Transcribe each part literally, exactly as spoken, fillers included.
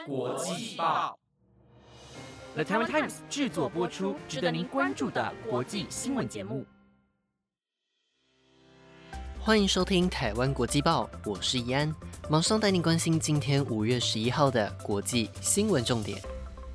国际报 The Taiwan Times 制作播出，值得您关注的国际新闻节目。 欢迎收听台湾国际报，我是怡安，马上带你关心今天五月十一号的国际新闻重点。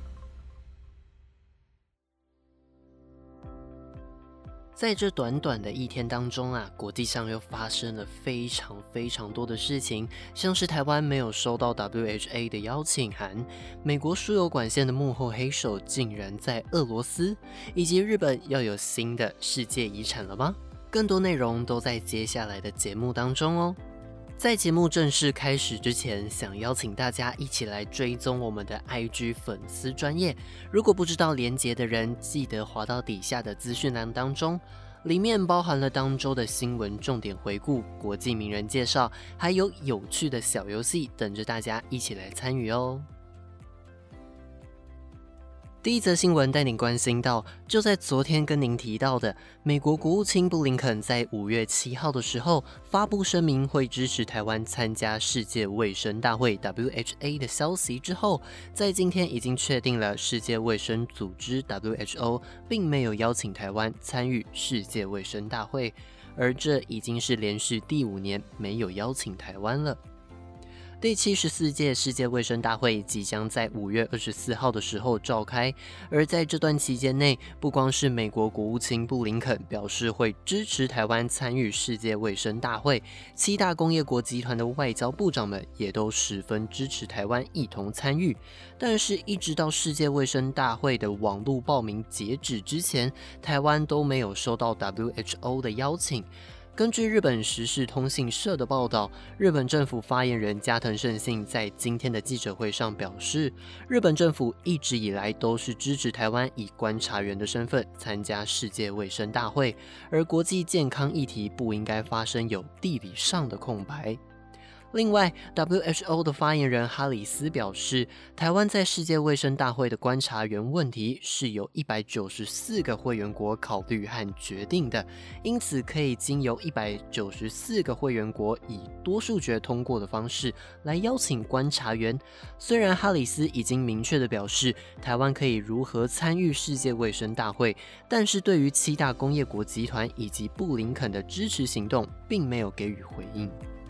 在这短短的一天当中啊，国际上又发生了非常非常多的事情，像是台湾没有收到 W H A 的邀请函，美国输油管线的幕后黑手竟然在俄罗斯，以及日本要有新的世界遗产了吗？更多内容都在接下来的节目当中哦。在节目正式开始之前，想邀请大家一起来追踪我们的 I G 粉丝专页。如果不知道连结的人，记得滑到底下的资讯栏当中，里面包含了当周的新闻重点回顾、国际名人介绍，还有有趣的小游戏等着大家一起来参与哦。第一则新闻带您关心到，就在昨天跟您提到的，美国国务卿布林肯在五月七号的时候发布声明，会支持台湾参加世界卫生大会 W H A 的消息之后，在今天已经确定了世界卫生组织 W H O 并没有邀请台湾参与世界卫生大会，而这已经是连续第五年没有邀请台湾了。第七十四届世界卫生大会即将在五月二十四号的时候召开，而在这段期间内，不光是美国国务卿布林肯表示会支持台湾参与世界卫生大会，七大工业国集团的外交部长们也都十分支持台湾一同参与。但是，一直到世界卫生大会的网络报名截止之前，台湾都没有收到 W H O 的邀请。根据日本时事通信社的报道，日本政府发言人加藤胜信在今天的记者会上表示，日本政府一直以来都是支持台湾以观察员的身份参加世界卫生大会，而国际健康议题不应该发生有地理上的空白。另外 W H O 的发言人哈里斯表示，台湾在世界卫生大会的观察员问题是由一百九十四个会员国考虑和决定的，因此可以经由一百九十四个会员国以多数决通过的方式来邀请观察员。虽然哈里斯已经明确的表示台湾可以如何参与世界卫生大会，但是对于七大工业国集团以及布林肯的支持行动并没有给予回应。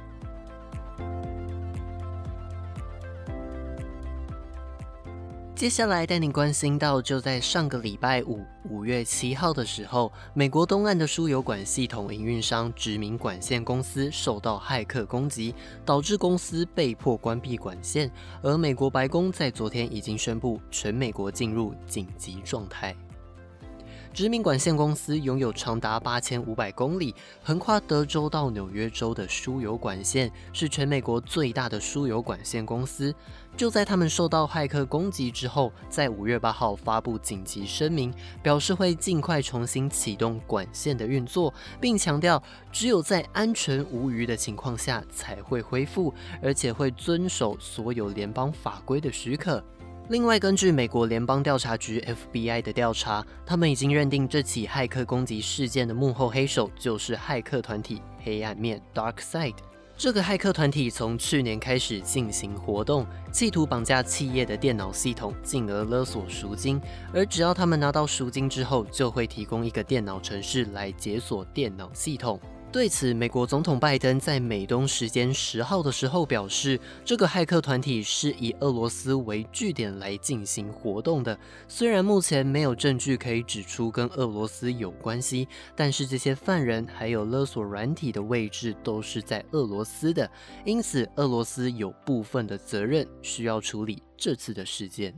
接下来带你关心到，就在上个礼拜五五月七号的时候，美国东岸的输油管系统营运商殖民管线公司受到骇客攻击，导致公司被迫关闭管线，而美国白宫在昨天已经宣布全美国进入紧急状态。殖民管线公司拥有长达八千五百公里，横跨德州到纽约州的输油管线，是全美国最大的输油管线公司。就在他们受到骇客攻击之后，在五月八号发布紧急声明，表示会尽快重新启动管线的运作，并强调只有在安全无虞的情况下才会恢复，而且会遵守所有联邦法规的许可。另外，根据美国联邦调查局 F B I 的调查，他们已经认定这起骇客攻击事件的幕后黑手就是骇客团体黑暗面 Dark Side。这个骇客团体从去年开始进行活动，企图绑架企业的电脑系统，进而勒索赎金。而只要他们拿到赎金之后，就会提供一个电脑程式来解锁电脑系统。对此，美国总统拜登在美东时间十号的时候表示，这个骇客团体是以俄罗斯为据点来进行活动的。虽然目前没有证据可以指出跟俄罗斯有关系，但是这些犯人还有勒索软体的位置都是在俄罗斯的，因此俄罗斯有部分的责任需要处理这次的事件。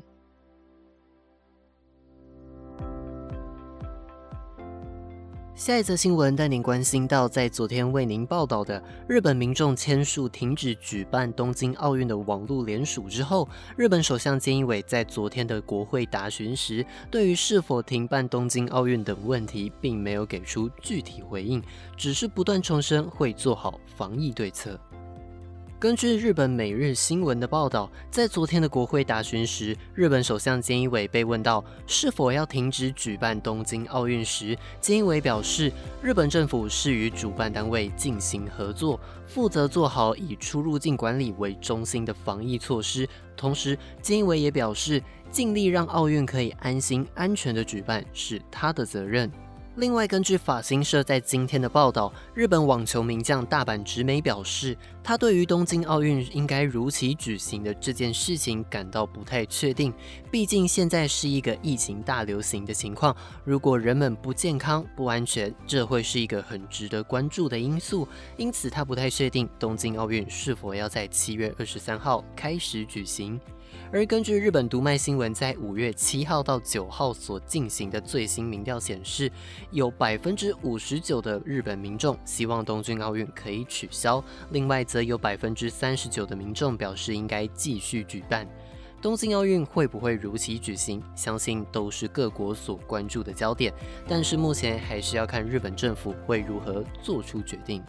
下一则新闻带您关心到，在昨天为您报道的日本民众签署停止举办东京奥运的网络联署之后，日本首相菅义伟在昨天的国会答询时，对于是否停办东京奥运等问题并没有给出具体回应，只是不断重申会做好防疫对策。 根据日本每日新闻的报道，在昨天的国会答询时，日本首相菅义伟被问到是否要停止举办东京奥运时，菅义伟表示，日本政府是与主办单位进行合作，负责做好以出入境管理为中心的防疫措施。同时，菅义伟也表示，尽力让奥运可以安心安全的举办是他的责任。另外，根据法新社在今天的报道，日本网球名将大阪直美表示，他对于东京奥运应该如期举行的这件事情感到不太确定。毕竟现在是一个疫情大流行的情况，如果人们不健康、不安全，这会是一个很值得关注的因素。因此，他不太确定东京奥运是否要在七月二十三号开始举行。而根据日本读卖新闻在五月七号到九号所进行的最新民调显示，有 百分之五十九 的日本民众希望东京奥运可以取消，另外则有 百分之三十九 的民众表示应该继续举办。东京奥运会不会如期举行，相信都是各国所关注的焦点，但是目前还是要看日本政府会如何做出决定。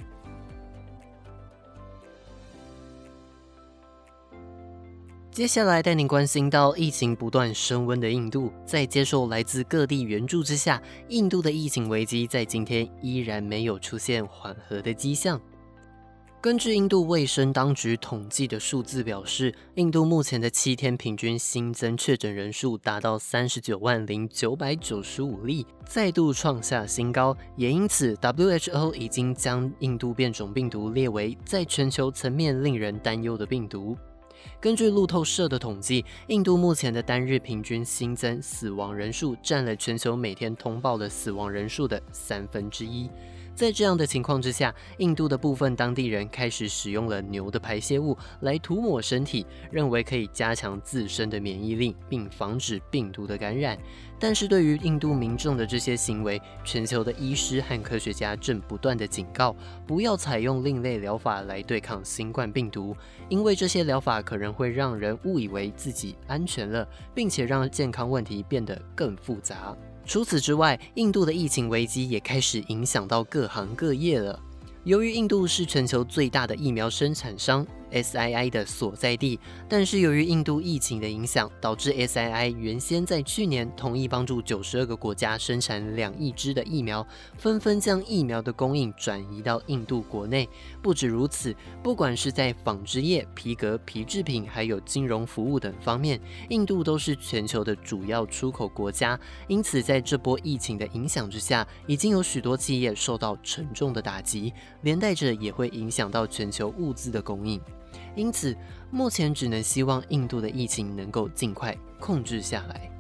接下来带您关心到疫情不断升温的印度，在接受来自各地援助之下，印度的疫情危机在今天依然没有出现缓和的迹象。根据印度卫生当局统计的数字表示，印度目前的七天平均新增确诊人数达到三十九万零九百九十五例，再度创下新高。也因此 ，W H O 已经将印度变种病毒列为在全球层面令人担忧的病毒。根据路透社的统计，印度目前的单日平均新增死亡人数占了全球每天通报的死亡人数的三分之一。在这样的情况之下，印度的部分当地人开始使用了牛的排泄物来涂抹身体，认为可以加强自身的免疫力，并防止病毒的感染。但是对于印度民众的这些行为，全球的医师和科学家正不断的警告，不要采用另类疗法来对抗新冠病毒，因为这些疗法可能会让人误以为自己安全了，并且让健康问题变得更复杂。除此之外，印度的疫情危机也开始影响到各行各业了。由于印度是全球最大的疫苗生产商 S I I 的所在地，但是由于印度疫情的影响，导致 S I I 原先在去年同意帮助九十二个国家生产两亿支的疫苗，纷纷将疫苗的供应转移到印度国内。不止如此，不管是在纺织业、皮革、皮制品，还有金融服务等方面，印度都是全球的主要出口国家。因此，在这波疫情的影响之下，已经有许多企业受到沉重的打击，连带着也会影响到全球物资的供应。因此，目前只能希望印度的疫情能够尽快控制下来。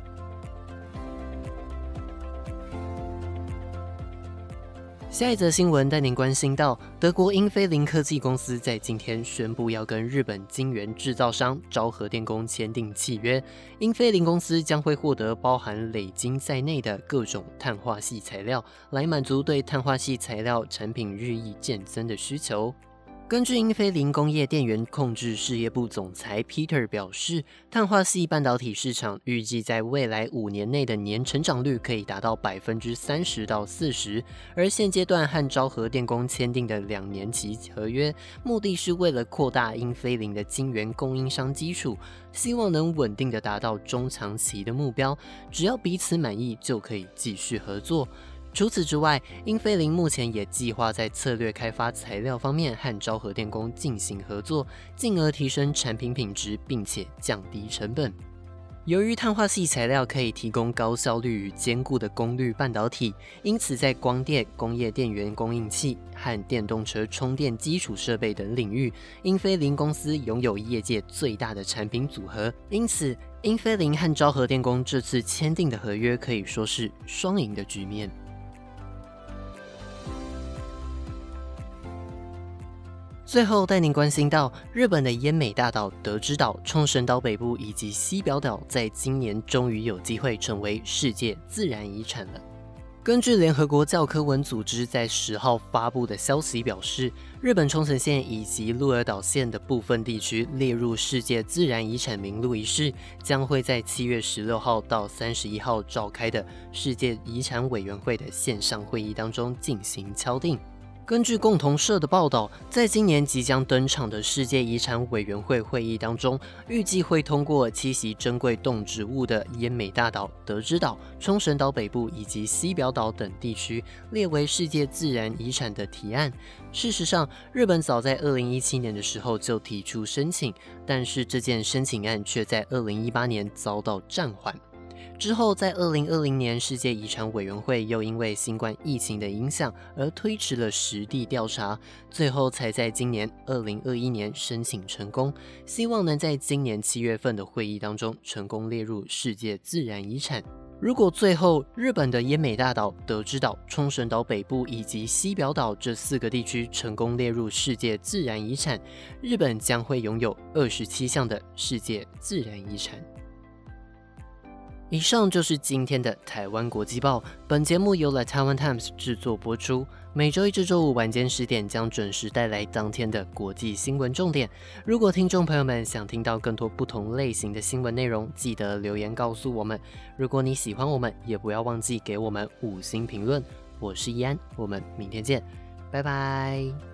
下一则新闻带您关心到，德国英飞凌科技公司在今天宣布要跟日本晶圆制造商昭和电工签订契约，英飞凌公司将会获得包含磊晶在内的各种碳化系材料，来满足对碳化系材料产品日益渐增的需求。根据英飞凌工业电源控制事业部总裁 Peter 表示，碳化系半导体市场预计在未来五年内的年成长率可以达到 百分之三十到四十， 而现阶段和昭和电工签订的两年期合约，目的是为了扩大英飞凌的晶圆供应商基础，希望能稳定的达到中长期的目标，只要彼此满意就可以继续合作。除此之外，英飞凌目前也计划在策略开发材料方面和昭和电工进行合作，进而提升产品品质，并且降低成本。由于碳化系材料可以提供高效率与坚固的功率半导体，因此在光电、工业电源供应器和电动车充电基础设备等领域，英飞凌公司拥有业界最大的产品组合。因此，英飞凌和昭和电工这次签订的合约可以说是双赢的局面。最后带您关心到，日本的奄美大岛、德之岛、冲绳岛北部以及西表岛，在今年终于有机会成为世界自然遗产了。根据联合国教科文组织在十号发布的消息表示，日本冲绳县以及鹿儿岛县的部分地区列入世界自然遗产名录一事，将会在七月十六号到三十一号召开的世界遗产委员会的线上会议当中进行敲定。 根据共同社的报道，在今年即将登场的世界遗产委员会会议当中，预计会通过栖息珍贵动植物的奄美大岛、德之岛、冲绳岛北部以及西表岛等地区列为世界自然遗产的提案。事实上，日本早在二零一七年的时候就提出申请，但是这件申请案却在二零一八年遭到暂缓。之后，在二零二零年，世界遗产委员会又因为新冠疫情的影响而推迟了实地调查，最后才在今年二零二一年申请成功，希望能在今年七月份的会议当中成功列入世界自然遗产。如果最后日本的奄美大岛、德之岛、冲绳岛北部以及西表岛这四个地区成功列入世界自然遗产，日本将会拥有二十七项的世界自然遗产。以上就是今天的台湾国际报，本节目由 The Taiwan Times 制作播出，每周一至周五晚间十点将准时带来当天的国际新闻重点。如果听众朋友们想听到更多不同类型的新闻内容，记得留言告诉我们。如果你喜欢我们，也不要忘记给我们五星评论。我是易安，我们明天见，拜拜。